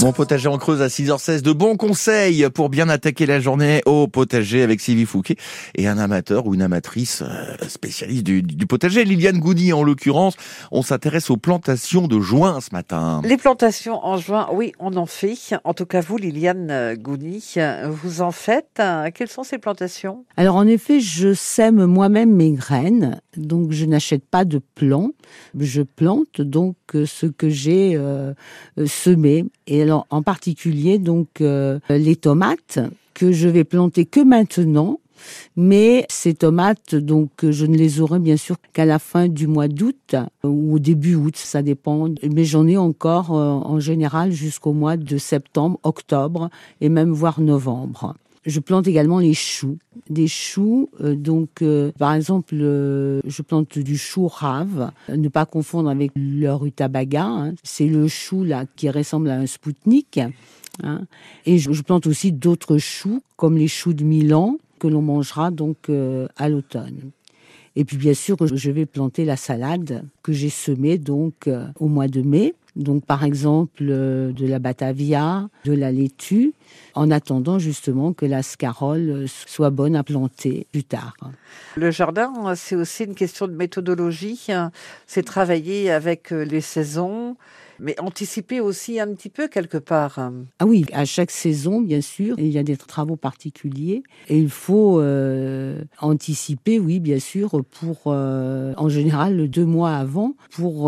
Mon potager en Creuse à 6h16, de bons conseils pour bien attaquer la journée au potager avec Sylvie Fouquet et un amateur ou une amatrice spécialiste du potager, Liliane Gouny en l'occurrence. On s'intéresse aux plantations de juin ce matin. Les plantations en juin, oui, on en fait. En tout cas, vous, Liliane Gouny, vous en faites. Quelles sont ces plantations ? Alors en effet, je sème moi-même mes graines, donc je n'achète pas de plants. Je plante donc ce que j'ai semé. Et alors en particulier donc les tomates que je vais planter que maintenant. Mais ces tomates, donc, je ne les aurai bien sûr qu'à la fin du mois d'août ou au début août, ça dépend. Mais j'en ai encore en général jusqu'au mois de septembre, octobre et même voire novembre. Je plante également les choux. Des choux, par exemple, je plante du chou rave, ne pas confondre avec le rutabaga. Hein. C'est le chou là qui ressemble à un spoutnik. Hein. Et je plante aussi d'autres choux, comme les choux de Milan, que l'on mangera donc à l'automne. Et puis bien sûr, je vais planter la salade que j'ai semée donc au mois de mai. Donc par exemple de la batavia, de la laitue, en attendant justement que la scarole soit bonne à planter plus tard. Le jardin, c'est aussi une question de méthodologie. C'est travailler avec les saisons, mais anticiper aussi un petit peu quelque part. Ah oui, à chaque saison, bien sûr, il y a des travaux particuliers et il faut anticiper, oui, bien sûr, pour en général 2 mois avant pour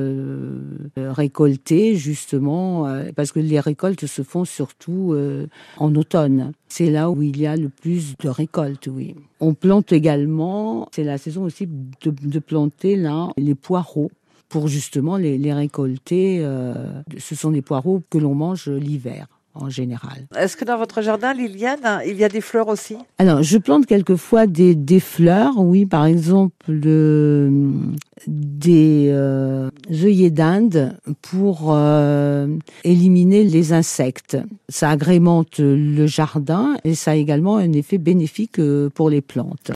récolter justement, parce que les récoltes se font surtout en automne. C'est là où il y a le plus de récoltes, oui. On plante également, c'est la saison aussi de planter là les poireaux. Pour justement les récolter. Ce sont des poireaux que l'on mange l'hiver, en général. Est-ce que dans votre jardin, Liliane, il y a des fleurs aussi ? Alors, je plante quelquefois des fleurs, oui, par exemple des œillets d'Inde pour éliminer les insectes. Ça agrémente le jardin et ça a également un effet bénéfique pour les plantes.